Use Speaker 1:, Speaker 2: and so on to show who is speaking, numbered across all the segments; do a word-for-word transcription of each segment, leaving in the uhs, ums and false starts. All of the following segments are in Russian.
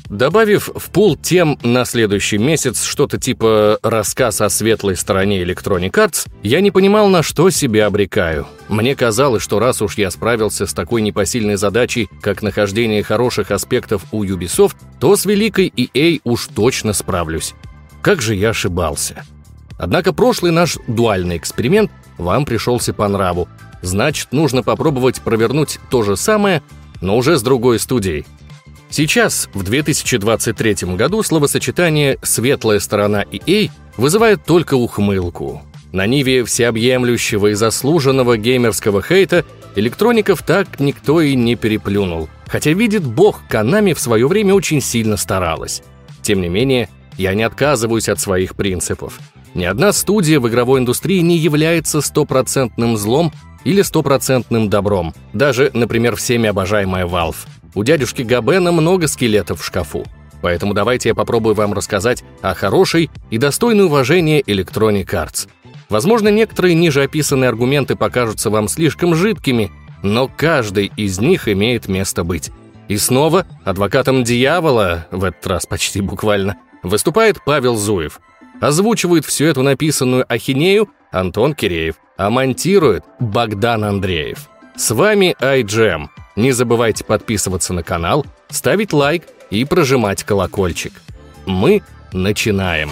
Speaker 1: Добавив в пул тем на следующий месяц что-то типа «Рассказ о светлой стороне Electronic Arts», я не понимал, на что себя обрекаю. Мне казалось, что раз уж я справился с такой непосильной задачей, как нахождение хороших аспектов у Ubisoft, то с великой и эй уж точно справлюсь. Как же я ошибался. Однако прошлый наш дуальный эксперимент вам пришелся по нраву. Значит, нужно попробовать провернуть то же самое, но уже с другой студией. Сейчас, в две тысячи двадцать третьем году, словосочетание «светлая сторона и эй» вызывает только ухмылку. На ниве всеобъемлющего и заслуженного геймерского хейта электроников так никто и не переплюнул. Хотя, видит бог, Konami в свое время очень сильно старалась. Тем не менее, я не отказываюсь от своих принципов. Ни одна студия в игровой индустрии не является стопроцентным злом или стопроцентным добром. Даже, например, всеми обожаемая Valve. У дядюшки Габена много скелетов в шкафу. Поэтому давайте я попробую вам рассказать о хорошей и достойной уважения Electronic Arts. Возможно, некоторые ниже описанные аргументы покажутся вам слишком жидкими, но каждый из них имеет место быть. И снова адвокатом дьявола, в этот раз почти буквально, выступает Павел Зуев. Озвучивает всю эту написанную ахинею Антон Киреев, а монтирует Богдан Андреев. С вами iGEM. Не забывайте подписываться на канал, ставить лайк и прожимать колокольчик. Мы начинаем.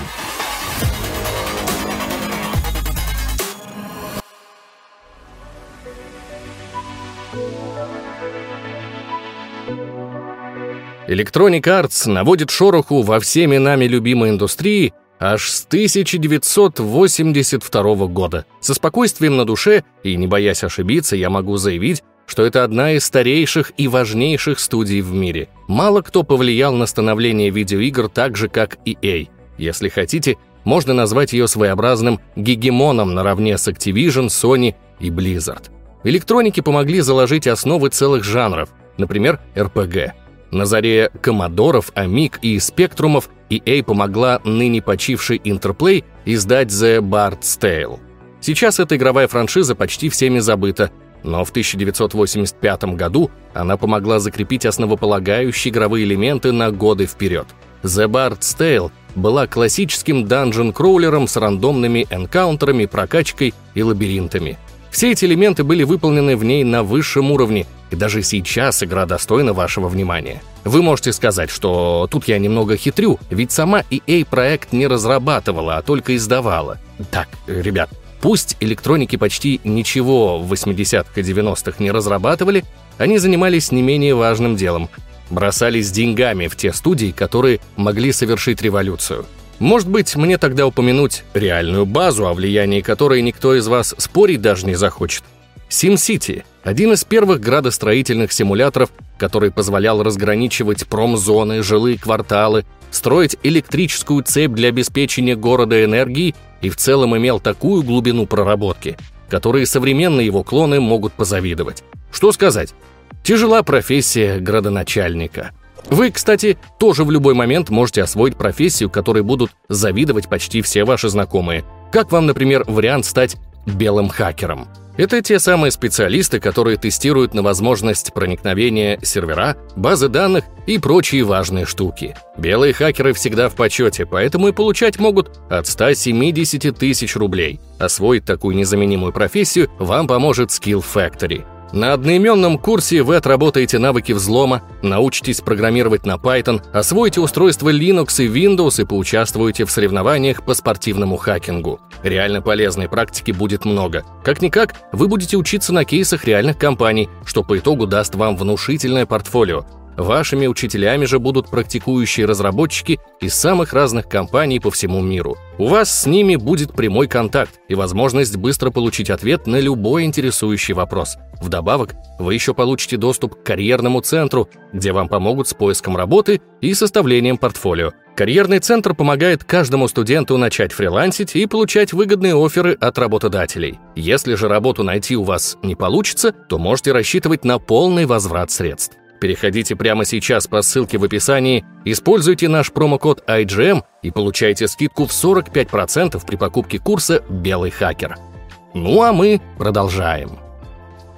Speaker 1: Electronic Arts наводит шороху во всеми нами любимой индустрии аж с тысяча девятьсот восемьдесят второго года. Со спокойствием на душе и не боясь ошибиться, я могу заявить, что это одна из старейших и важнейших студий в мире. Мало кто повлиял на становление видеоигр так же, как и эй. Если хотите, можно назвать ее своеобразным гегемоном наравне с Activision, Sony и Blizzard. Электроники помогли заложить основы целых жанров, например, эр пи джи. На заре Коммодоров, Амиг и Спектрумов и эй помогла ныне почившей Interplay издать The Bard's Tale. Сейчас эта игровая франшиза почти всеми забыта, но в тысяча девятьсот восемьдесят пятом году она помогла закрепить основополагающие игровые элементы на годы вперед. The Bard's Tale была классическим данжен-кроулером с рандомными энкаунтерами, прокачкой и лабиринтами. Все эти элементы были выполнены в ней на высшем уровне, и даже сейчас игра достойна вашего внимания. Вы можете сказать, что тут я немного хитрю, ведь сама и эй проект не разрабатывала, а только издавала. Так, ребят, пусть электроники почти ничего в восьмидесятых и девяностых не разрабатывали, они занимались не менее важным делом. Бросались деньгами в те студии, которые могли совершить революцию. Может быть, мне тогда упомянуть реальную базу, о влиянии которой никто из вас спорить даже не захочет. SimCity – один из первых градостроительных симуляторов, который позволял разграничивать промзоны, жилые кварталы, строить электрическую цепь для обеспечения города энергией и в целом имел такую глубину проработки, которой современные его клоны могут позавидовать. Что сказать? Тяжела профессия градоначальника. Вы, кстати, тоже в любой момент можете освоить профессию, которой будут завидовать почти все ваши знакомые. Как вам, например, вариант стать белым хакером? Это те самые специалисты, которые тестируют на возможность проникновения сервера, базы данных и прочие важные штуки. Белые хакеры всегда в почете, поэтому и получать могут от ста семидесяти тысяч рублей. Освоить такую незаменимую профессию вам поможет Skill Factory. На одноименном курсе вы отработаете навыки взлома, научитесь программировать на Python, освоите устройства Linux и Windows и поучаствуете в соревнованиях по спортивному хакингу. Реально полезной практики будет много. Как-никак, вы будете учиться на кейсах реальных компаний, что по итогу даст вам внушительное портфолио. Вашими учителями же будут практикующие разработчики из самых разных компаний по всему миру. У вас с ними будет прямой контакт и возможность быстро получить ответ на любой интересующий вопрос. Вдобавок, вы еще получите доступ к карьерному центру, где вам помогут с поиском работы и составлением портфолио. Карьерный центр помогает каждому студенту начать фрилансить и получать выгодные офферы от работодателей. Если же работу найти у вас не получится, то можете рассчитывать на полный возврат средств. Переходите прямо сейчас по ссылке в описании, используйте наш промокод iGEM и получайте скидку в сорок пять процентов при покупке курса «Белый хакер». Ну а мы продолжаем.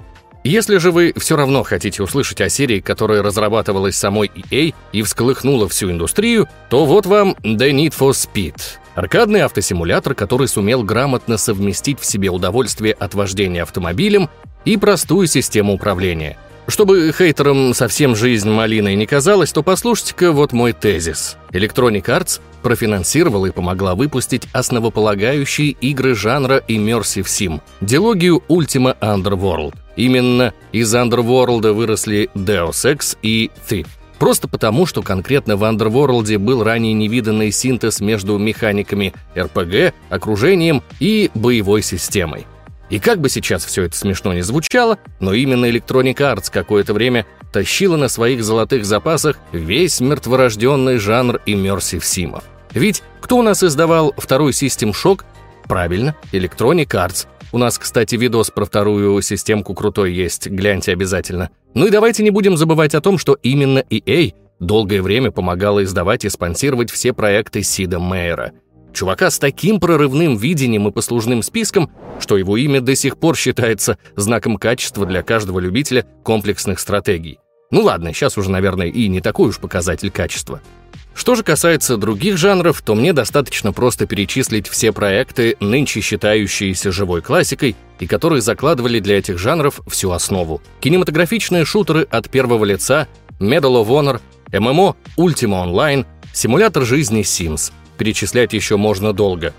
Speaker 1: Если же вы все равно хотите услышать о серии, которая разрабатывалась самой и эй и всколыхнула всю индустрию, то вот вам The Need for Speed. Аркадный автосимулятор, который сумел грамотно совместить в себе удовольствие от вождения автомобилем и простую систему управления. Чтобы хейтерам совсем жизнь малиной не казалась, то послушайте-ка вот мой тезис. Electronic Arts профинансировала и помогла выпустить основополагающие игры жанра Immersive Sim – дилогию Ultima Underworld. Именно из Underworld выросли Deus Ex и Thief. Просто потому, что конкретно в Underworld был ранее невиданный синтез между механиками эр пи джи, окружением и боевой системой. И как бы сейчас все это смешно не звучало, но именно Electronic Arts какое-то время тащила на своих золотых запасах весь мертворожденный жанр Immersive Sim. Ведь кто у нас издавал второй System Shock? Правильно, Electronic Arts. У нас, кстати, видос про вторую системку крутой есть, гляньте обязательно. Ну и давайте не будем забывать о том, что именно и эй долгое время помогала издавать и спонсировать все проекты Сида Мейера. Чувака с таким прорывным видением и послужным списком, что его имя до сих пор считается знаком качества для каждого любителя комплексных стратегий. Ну ладно, сейчас уже, наверное, и не такой уж показатель качества. Что же касается других жанров, то мне достаточно просто перечислить все проекты, нынче считающиеся живой классикой, и которые закладывали для этих жанров всю основу. Кинематографичные шутеры от первого лица, Medal of Honor, эм эм о Ultima Online, симулятор жизни Sims. Перечислять еще можно долго.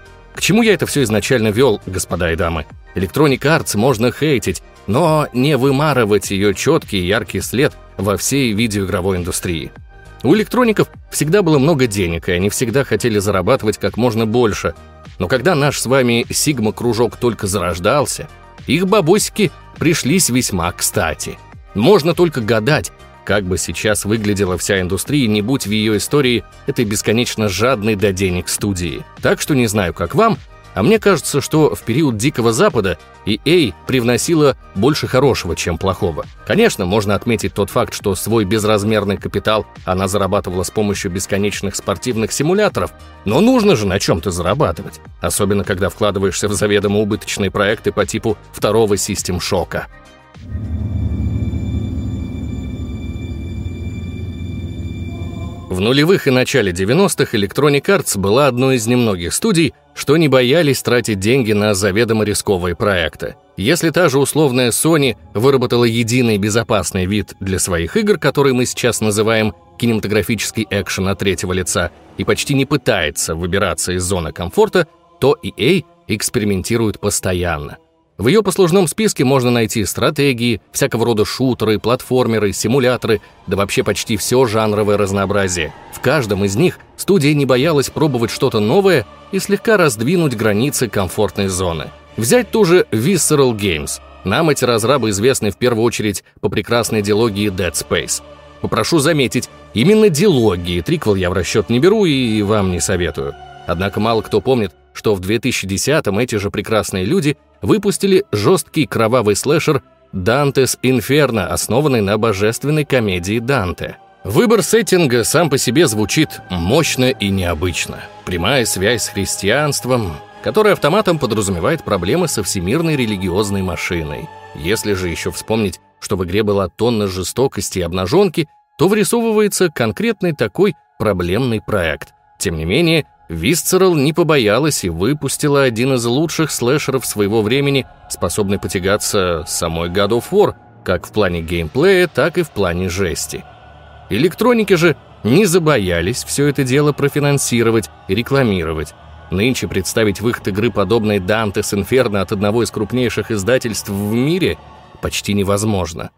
Speaker 1: К чему я это все изначально вел, господа и дамы? Electronic Arts можно хейтить, но не вымарывать ее четкий и яркий след во всей видеоигровой индустрии. У электроников всегда было много денег, и они всегда хотели зарабатывать как можно больше. Но когда наш с вами Сигма-кружок только зарождался, их бабосики пришлись весьма кстати. Можно только гадать, как бы сейчас выглядела вся индустрия, не будь в ее истории этой бесконечно жадной до денег студии. Так что не знаю, как вам, а мне кажется, что в период Дикого Запада и эй привносила больше хорошего, чем плохого. Конечно, можно отметить тот факт, что свой безразмерный капитал она зарабатывала с помощью бесконечных спортивных симуляторов, но нужно же на чем-то зарабатывать, особенно когда вкладываешься в заведомо убыточные проекты по типу второго System Shock. В нулевых и начале девяностых Electronic Arts была одной из немногих студий, что не боялись тратить деньги на заведомо рисковые проекты. Если та же условная Sony выработала единый безопасный вид для своих игр, который мы сейчас называем кинематографический экшен от третьего лица, и почти не пытается выбираться из зоны комфорта, то и эй экспериментирует постоянно. В ее послужном списке можно найти стратегии, всякого рода шутеры, платформеры, симуляторы, да вообще почти все жанровое разнообразие. В каждом из них студия не боялась пробовать что-то новое и слегка раздвинуть границы комфортной зоны. Взять ту же Visceral Games. Нам эти разрабы известны в первую очередь по прекрасной дилогии Dead Space. Попрошу заметить, именно дилогии, триквел я в расчет не беру и вам не советую. Однако мало кто помнит, что в две тысячи десятом эти же прекрасные люди выпустили жесткий кровавый слэшер Dante's Inferno, основанный на божественной комедии Данте. Выбор сеттинга сам по себе звучит мощно и необычно. Прямая связь с христианством, которая автоматом подразумевает проблемы со всемирной религиозной машиной. Если же еще вспомнить, что в игре была тонна жестокости и обнаженки, то вырисовывается конкретный такой проблемный проект. Тем не менее, Visceral не побоялась и выпустила один из лучших слэшеров своего времени, способный потягаться с самой God of War, как в плане геймплея, так и в плане жести. Электроники же не забоялись все это дело профинансировать и рекламировать. Нынче представить выход игры, подобной Dante's Inferno, от одного из крупнейших издательств в мире почти невозможно.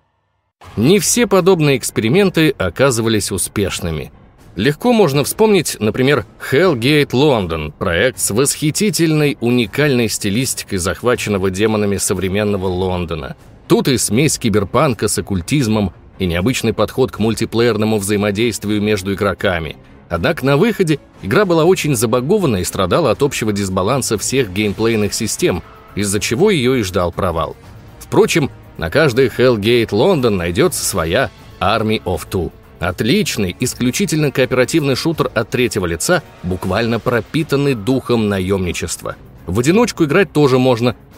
Speaker 1: Не все подобные эксперименты оказывались успешными. Легко можно вспомнить, например, Hellgate London, проект с восхитительной, уникальной стилистикой захваченного демонами современного Лондона. Тут и смесь киберпанка с оккультизмом, и необычный подход к мультиплеерному взаимодействию между игроками. Однако на выходе игра была очень забагована и страдала от общего дисбаланса всех геймплейных систем, из-за чего ее и ждал провал. Впрочем, на каждый Hellgate London найдется своя Army of Two. Отличный, исключительно кооперативный шутер от третьего лица, буквально пропитанный духом наемничества. В одиночку играть тоже можно,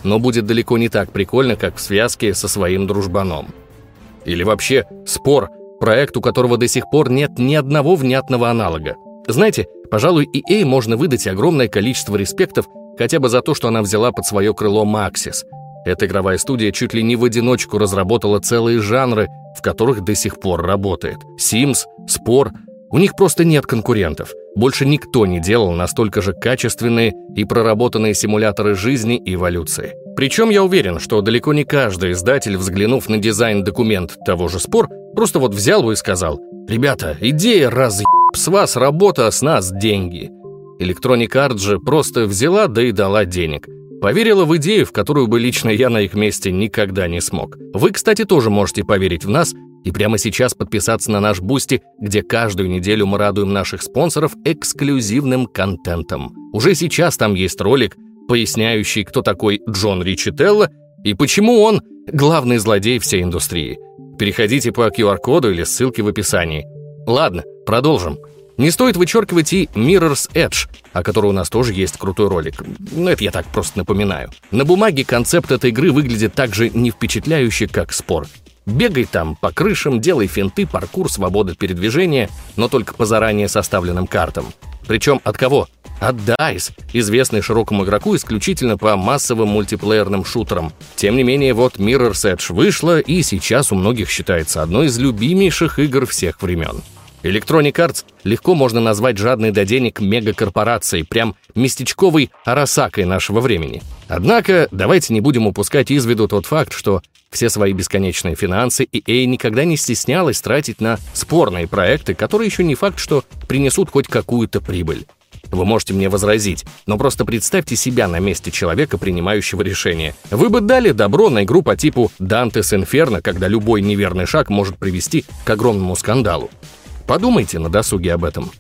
Speaker 1: но будет далеко не так прикольно, как в связке со своим дружбаном. Или вообще «Спор», проект, у которого до сих пор нет ни одного внятного аналога. Знаете, пожалуй, и эй можно выдать огромное количество респектов хотя бы за то, что она взяла под свое крыло Maxis. Эта игровая студия чуть ли не в одиночку разработала целые жанры, в которых до сих пор работает. Sims, Спор. У них просто нет конкурентов. Больше никто не делал настолько же качественные и проработанные симуляторы жизни и эволюции. Причем я уверен, что далеко не каждый издатель, взглянув на дизайн-документ того же Спор, просто вот взял бы и сказал: «Ребята, идея разъеб, с вас работа, а с нас деньги». Electronic Arts же просто взяла да и дала денег. Поверила в идею, в которую бы лично я на их месте никогда не смог. Вы, кстати, тоже можете поверить в нас и прямо сейчас подписаться на наш Бусти, где каждую неделю мы радуем наших спонсоров эксклюзивным контентом. Уже сейчас там есть ролик, поясняющий, кто такой Джон Ричителло и почему он главный злодей всей индустрии. Переходите по ку ар-коду или ссылке в описании. Ладно, продолжим. Не стоит вычеркивать и Mirror's Edge, о которой у нас тоже есть крутой ролик. Но это я так просто напоминаю. На бумаге концепт этой игры выглядит так же не впечатляюще, как Спор. Бегай там по крышам, делай финты, паркур, свобода передвижения, но только по заранее составленным картам. Причем от кого? От дайс, известный широкому игроку исключительно по массовым мультиплеерным шутерам. Тем не менее, вот Mirror's Edge вышла и сейчас у многих считается одной из любимейших игр всех времен. Electronic Arts легко можно назвать жадной до денег мегакорпорацией, прям местечковой Арасакой нашего времени. Однако давайте не будем упускать из виду тот факт, что все свои бесконечные финансы и эй никогда не стеснялась тратить на спорные проекты, которые еще не факт, что принесут хоть какую-то прибыль. Вы можете мне возразить, но просто представьте себя на месте человека, принимающего решение. Вы бы дали добро на игру по типу Dante's Inferno, когда любой неверный шаг может привести к огромному скандалу. Подумайте на досуге об этом.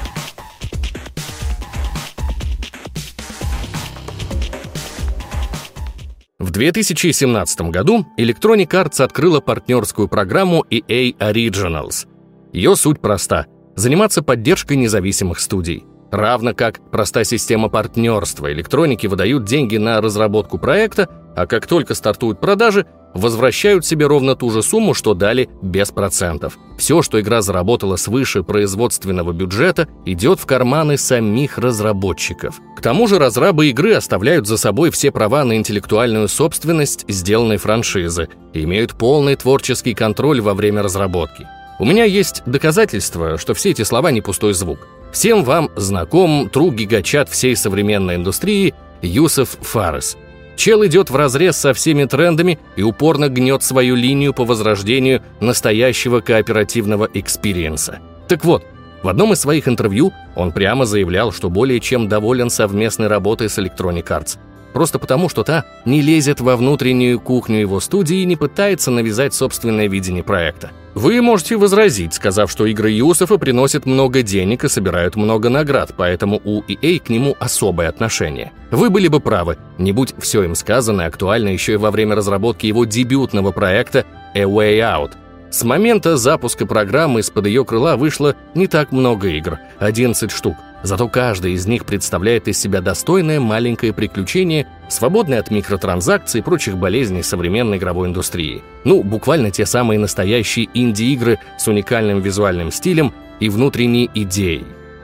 Speaker 1: В две тысячи семнадцатом году Electronic Arts открыла партнерскую программу и эй Originals. Ее суть проста – заниматься поддержкой независимых студий. Равно как проста система партнерства, электроники выдают деньги на разработку проекта, а как только стартуют продажи, возвращают себе ровно ту же сумму, что дали без процентов. Все, что игра заработала свыше производственного бюджета, идет в карманы самих разработчиков. К тому же разрабы игры оставляют за собой все права на интеллектуальную собственность сделанной франшизы и имеют полный творческий контроль во время разработки. У меня есть доказательства, что все эти слова не пустой звук. Всем вам знаком тру-гигачат всей современной индустрии Юсеф Фарес. Чел идет вразрез со всеми трендами и упорно гнет свою линию по возрождению настоящего кооперативного экспириенса. Так вот, в одном из своих интервью он прямо заявлял, что более чем доволен совместной работой с Electronic Arts. Просто потому, что та не лезет во внутреннюю кухню его студии и не пытается навязать собственное видение проекта. Вы можете возразить, сказав, что игры Юсефа приносят много денег и собирают много наград, поэтому у и эй к нему особое отношение. Вы были бы правы, не будь все им сказано и актуально еще и во время разработки его дебютного проекта A Way Out. С момента запуска программы из-под ее крыла вышло не так много игр – одиннадцать штук. Зато каждый из них представляет из себя достойное маленькое приключение, свободное от микротранзакций и прочих болезней современной игровой индустрии. Ну, буквально те самые настоящие инди-игры с уникальным визуальным стилем и внутренней идеей.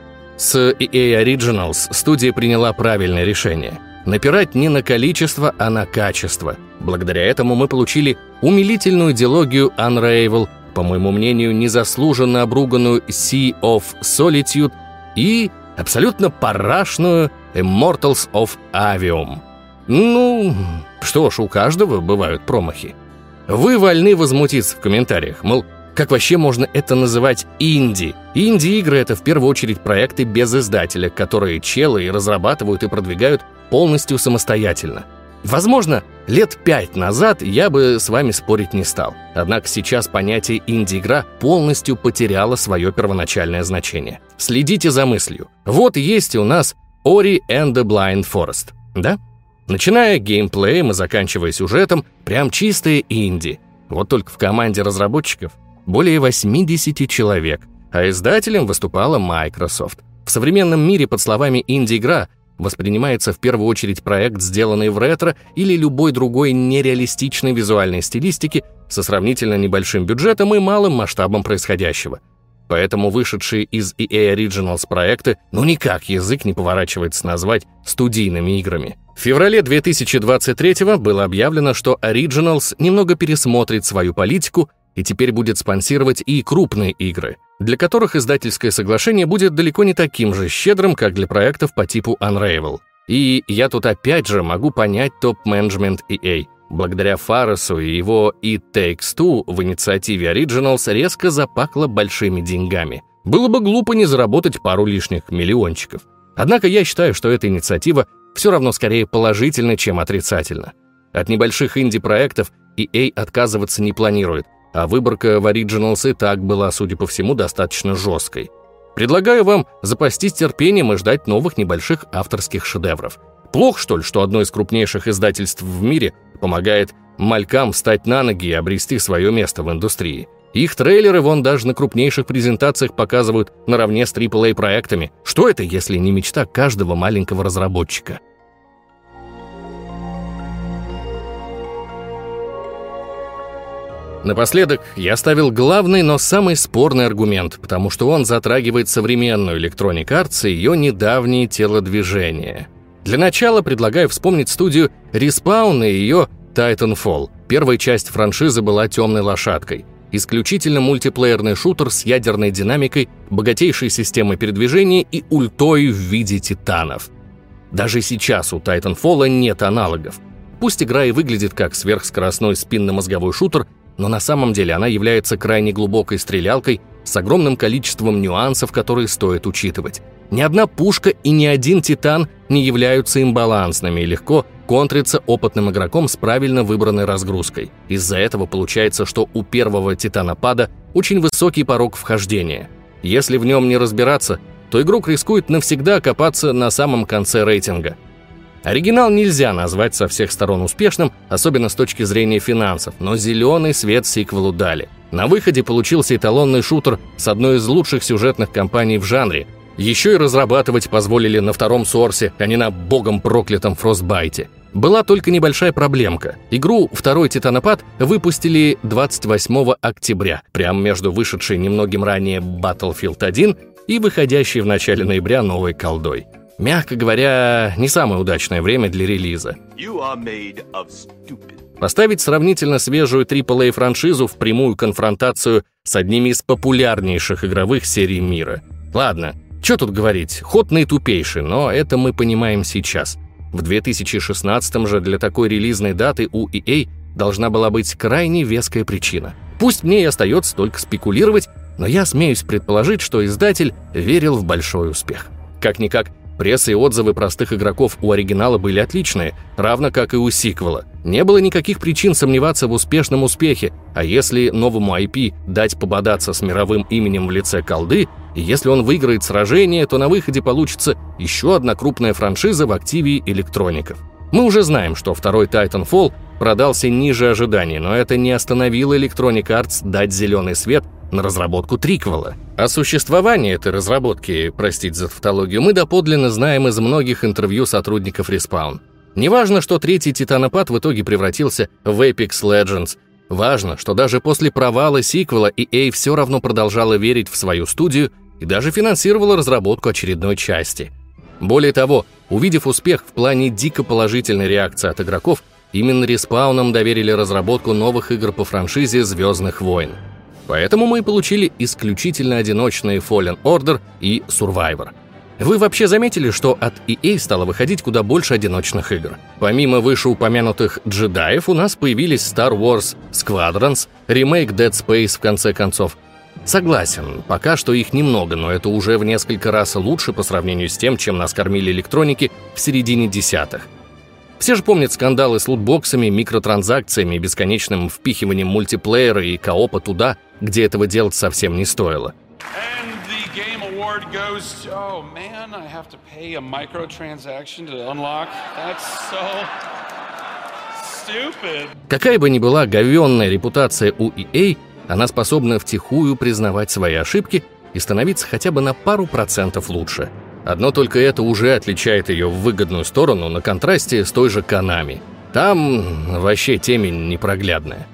Speaker 1: С и эй Originals студия приняла правильное решение – напирать не на количество, а на качество. Благодаря этому мы получили умилительную дилогию Unravel, по моему мнению, незаслуженно обруганную Sea of Solitude и абсолютно парашную Immortals of Avium. Ну, что ж, у каждого бывают промахи. Вы вольны возмутиться в комментариях, мол, как вообще можно это называть инди? Инди-игры — это в первую очередь проекты без издателя, которые челы и разрабатывают и продвигают полностью самостоятельно. Возможно, лет пять назад я бы с вами спорить не стал. Однако сейчас понятие инди-игра полностью потеряло свое первоначальное значение. Следите за мыслью. Вот есть у нас Ori and the Blind Forest, да? Начиная геймплеем и заканчивая сюжетом, прям чистые инди. Вот только в команде разработчиков более восемьдесят человек, а издателем выступала Microsoft. В современном мире под словами инди-игра воспринимается в первую очередь проект, сделанный в ретро или любой другой нереалистичной визуальной стилистике со сравнительно небольшим бюджетом и малым масштабом происходящего. Поэтому вышедшие из и эй Originals проекты ну никак язык не поворачивается назвать студийными играми. В феврале две тысячи двадцать третьего было объявлено, что Originals немного пересмотрит свою политику и теперь будет спонсировать и крупные игры, для которых издательское соглашение будет далеко не таким же щедрым, как для проектов по типу Unravel. И я тут опять же могу понять топ-менеджмент и эй. Благодаря Фаресу и его It Takes Two в инициативе Originals резко запахло большими деньгами. Было бы глупо не заработать пару лишних миллиончиков. Однако я считаю, что эта инициатива все равно скорее положительна, чем отрицательна. От небольших инди-проектов и эй отказываться не планирует, а выборка в Originals и так была, судя по всему, достаточно жесткой. Предлагаю вам запастись терпением и ждать новых небольших авторских шедевров. Плохо, что ли, что одно из крупнейших издательств в мире помогает малькам встать на ноги и обрести свое место в индустрии? Их трейлеры вон даже на крупнейших презентациях показывают наравне с трипл эй проектами. Что это, если не мечта каждого маленького разработчика? Напоследок я ставил главный, но самый спорный аргумент, потому что он затрагивает современную Electronic Arts и ее недавние телодвижения. Для начала предлагаю вспомнить студию Respawn и ее Titanfall. Первая часть франшизы была темной лошадкой. Исключительно мультиплеерный шутер с ядерной динамикой, богатейшей системой передвижения и ультой в виде титанов. Даже сейчас у Titanfall нет аналогов. Пусть игра и выглядит как сверхскоростной спинно-мозговой шутер, но на самом деле она является крайне глубокой стрелялкой с огромным количеством нюансов, которые стоит учитывать. Ни одна пушка и ни один титан не являются имбалансными и легко контрятся опытным игроком с правильно выбранной разгрузкой. Из-за этого получается, что у первого титанопада очень высокий порог вхождения. Если в нем не разбираться, то игрок рискует навсегда окопаться на самом конце рейтинга. Оригинал нельзя назвать со всех сторон успешным, особенно с точки зрения финансов, но зеленый свет сиквелу дали. На выходе получился эталонный шутер с одной из лучших сюжетных кампаний в жанре. Еще и разрабатывать позволили на втором сорсе, а не на богом проклятом Frostbite. Была только небольшая проблемка. Игру «Второй Титанопад» выпустили двадцать восьмого октября, прямо между вышедшей немногим ранее Battlefield один и выходящей в начале ноября новой колдой. Мягко говоря, не самое удачное время для релиза. Поставить сравнительно свежую трипл эй франшизу в прямую конфронтацию с одними из популярнейших игровых серий мира. Ладно, что тут говорить, ход наитупейший, но это мы понимаем сейчас. В две тысячи шестнадцатом же для такой релизной даты у и эй должна была быть крайне веская причина. Пусть мне и остается только спекулировать, но я смеюсь предположить, что издатель верил в большой успех. Как-никак, пресса и отзывы простых игроков у оригинала были отличные, равно как и у сиквела. Не было никаких причин сомневаться в успешном успехе, а если новому ай пи дать пободаться с мировым именем в лице колды, и если он выиграет сражение, то на выходе получится еще одна крупная франшиза в активе электроников. Мы уже знаем, что второй Titanfall продался ниже ожиданий, но это не остановило Electronic Arts дать зеленый свет на разработку триквела. О существовании этой разработки, простите за тавтологию, мы доподлинно знаем из многих интервью сотрудников Respawn. Неважно, что третий Титанопад в итоге превратился в Apex Legends. Важно, что даже после провала сиквела и эй все равно продолжала верить в свою студию и даже финансировала разработку очередной части. Более того, увидев успех в плане дико положительной реакции от игроков, именно Respawn'ам доверили разработку новых игр по франшизе «Звездных войн». Поэтому мы получили исключительно одиночные Fallen Order и Survivor. Вы вообще заметили, что от и эй стало выходить куда больше одиночных игр? Помимо вышеупомянутых джедаев, у нас появились Star Wars Squadrons, ремейк Dead Space в конце концов. Согласен, пока что их немного, но это уже в несколько раз лучше по сравнению с тем, чем нас кормили электроники в середине десятых. Все же помнят скандалы с лутбоксами, микротранзакциями и бесконечным впихиванием мультиплеера и коопа туда, где этого делать совсем не стоило. Какая бы ни была говенная репутация у и эй, она способна втихую признавать свои ошибки и становиться хотя бы на пару процентов лучше. Одно только это уже отличает ее в выгодную сторону на контрасте с той же Konami. Там вообще темень непроглядная.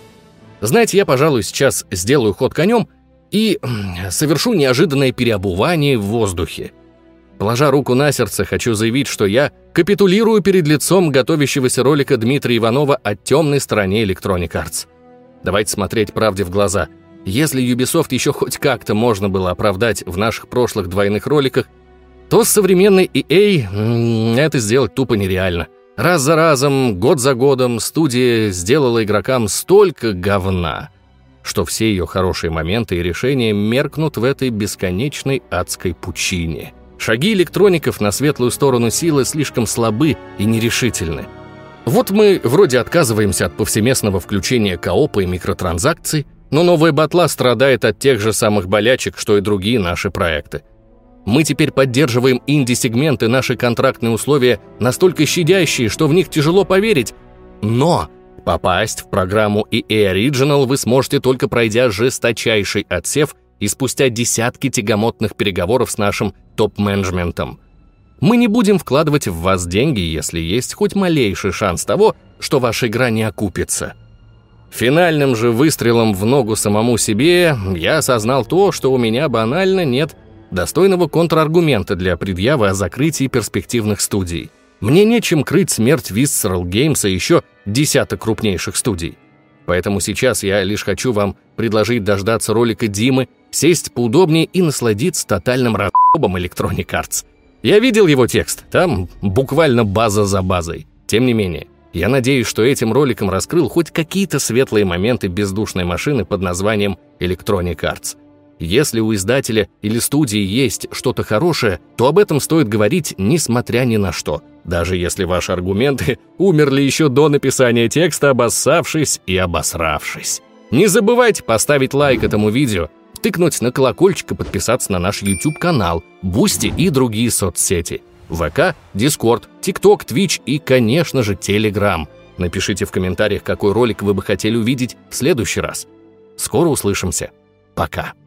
Speaker 1: Знаете, я, пожалуй, сейчас сделаю ход конем и совершу неожиданное переобувание в воздухе. Положа руку на сердце, хочу заявить, что я капитулирую перед лицом готовящегося ролика Дмитрия Иванова о темной стороне Electronic Arts. Давайте смотреть правде в глаза. Если Ubisoft еще хоть как-то можно было оправдать в наших прошлых двойных роликах, то с современной и эй это сделать тупо нереально. Раз за разом, год за годом студия сделала игрокам столько говна, что все ее хорошие моменты и решения меркнут в этой бесконечной адской пучине. Шаги электроников на светлую сторону силы слишком слабы и нерешительны. Вот мы вроде отказываемся от повсеместного включения коопа и микротранзакций, но новая батла страдает от тех же самых болячек, что и другие наши проекты. Мы теперь поддерживаем инди-сегмент, и наши контрактные условия настолько щадящие, что в них тяжело поверить. Но попасть в программу и эй Original вы сможете только пройдя жесточайший отсев и спустя десятки тягомотных переговоров с нашим топ-менеджментом. Мы не будем вкладывать в вас деньги, если есть хоть малейший шанс того, что ваша игра не окупится. Финальным же выстрелом в ногу самому себе я осознал то, что у меня банально нет достойного контраргумента для предъявы о закрытии перспективных студий. Мне нечем крыть смерть Visceral Games и еще десяток крупнейших студий. Поэтому сейчас я лишь хочу вам предложить дождаться ролика Димы, сесть поудобнее и насладиться тотальным разъебом Electronic Arts. Я видел его текст, там буквально база за базой. Тем не менее, я надеюсь, что этим роликом раскрыл хоть какие-то светлые моменты бездушной машины под названием Electronic Arts. Если у издателя или студии есть что-то хорошее, то об этом стоит говорить несмотря ни на что, даже если ваши аргументы умерли еще до написания текста, обоссавшись и обосравшись. Не забывайте поставить лайк этому видео, тыкнуть на колокольчик и подписаться на наш YouTube-канал, Boosty и другие соцсети. ВК, Discord, TikTok, Twitch и, конечно же, Telegram. Напишите в комментариях, какой ролик вы бы хотели увидеть в следующий раз. Скоро услышимся. Пока.